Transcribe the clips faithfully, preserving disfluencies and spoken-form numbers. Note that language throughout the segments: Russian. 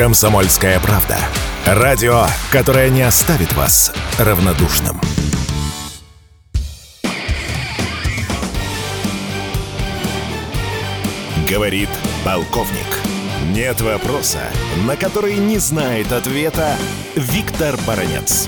«Комсомольская правда». Радио, которое не оставит вас равнодушным. Говорит полковник. Нет вопроса, на который не знает ответа Виктор Баранец.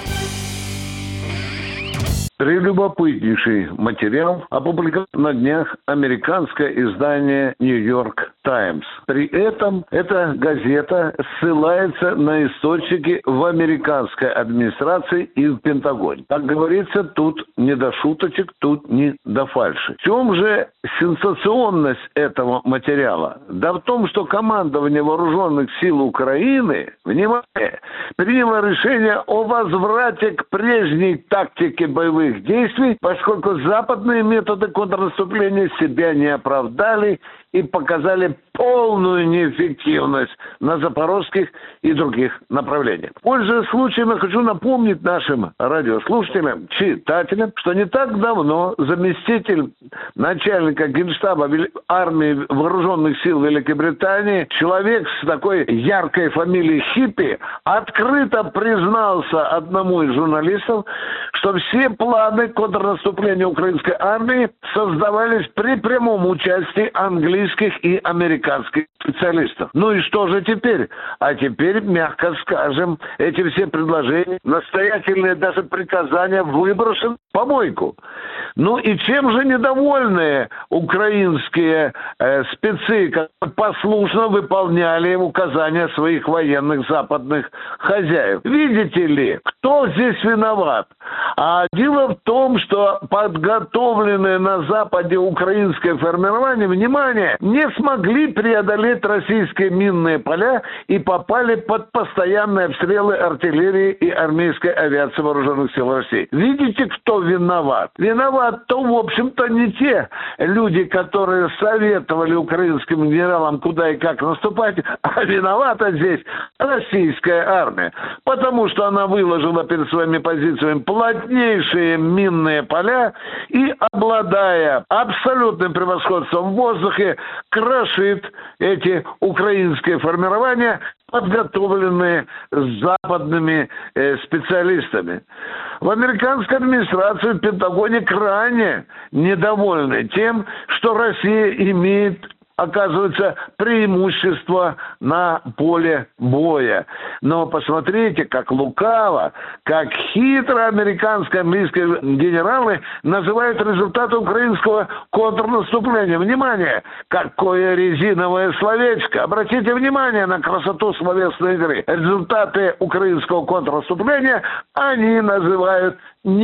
Прелюбопытнейший материал опубликовал на днях американское издание «Нью-Йорк Таймс». При этом эта газета ссылается на источники в американской администрации и в Пентагоне. Как говорится, тут не до шуточек, тут не до фальши. В чем же сенсационность этого материала? Да в том, что командование вооруженных сил Украины, внимание, приняло решение о возврате к прежней тактике боевых действий, поскольку западные методы контрнаступления себя не оправдали и показали полную неэффективность на запорожских и других направлениях. Пользуясь случаем, я хочу напомнить нашим радиослушателям, читателям, что не так давно заместитель начальника Генштаба армии вооруженных сил Великобритании, человек с такой яркой фамилией Хиппи, открыто признался одному из журналистов, что все планы контрнаступления украинской армии создавались при прямом участии английских и американских специалистов. Ну и что же теперь? А теперь, мягко скажем, эти все предложения, настоятельные даже приказания выброшены в помойку. Ну и чем же недовольны украинские э, спецы, которые послушно выполняли указания своих военных западных хозяев? Видите ли, кто здесь виноват? А дело в том, что подготовленное на Западе украинское формирование, внимание, не смогли преодолеть российские минные поля и попали под постоянные обстрелы артиллерии и армейской авиации вооруженных сил России. Видите, кто виноват? Виноват-то, в общем-то, не те люди, которые советовали украинским генералам, куда и как наступать, а виновата здесь российская армия. Потому что она выложила перед своими позициями плотнейшие минные поля и, обладая абсолютным превосходством в воздухе, крошит эти украинские формирования, подготовленные западными э, специалистами. В американской администрации, в Пентагоне крайне недовольны тем, что Россия имеет, оказывается, преимущество на поле боя. Но посмотрите, как лукаво, как хитро американские, английские генералы называют результаты украинского контрнаступления. Внимание, какое резиновое словечко. Обратите внимание на красоту словесной игры. Результаты украинского контрнаступления они называют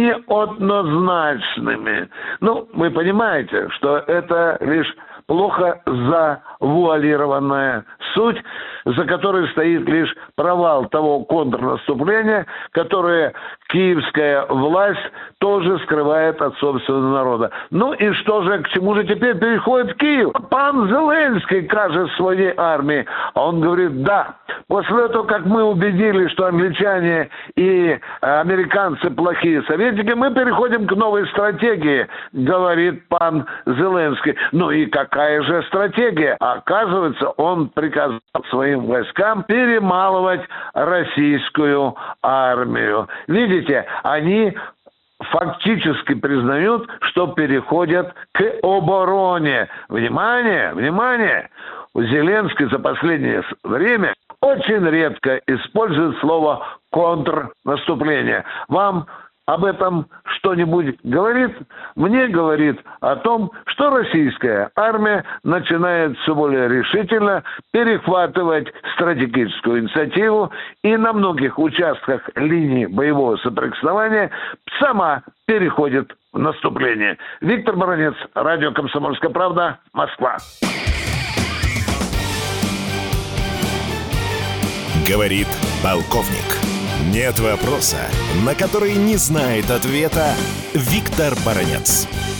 неоднозначными. Ну, вы понимаете, что это лишь плохо завуалированная суть, за которой стоит лишь провал того контрнаступления, которое киевская власть тоже скрывает от собственного народа. Ну и что же, к чему же теперь переходит Киев? Пан Зеленский кажет своей армии, а он говорит, да, после того, как мы убедились, что англичане и американцы плохие советники, мы переходим к новой стратегии, говорит пан Зеленский. Ну и какая же стратегия? Оказывается, он приказал своим войскам перемалывать российскую армию. Видите, они фактически признают, что переходят к обороне. Внимание, внимание! Зеленский за последнее время очень редко использует слово «контрнаступление». Вам об этом что-нибудь говорит? Мне говорит о том, что российская армия начинает все более решительно перехватывать стратегическую инициативу и на многих участках линии боевого соприкосновения сама переходит в наступление. Виктор Баранец, радио «Комсомольская правда», Москва. Говорит полковник. Нет вопроса, на который не знает ответа Виктор Баранец.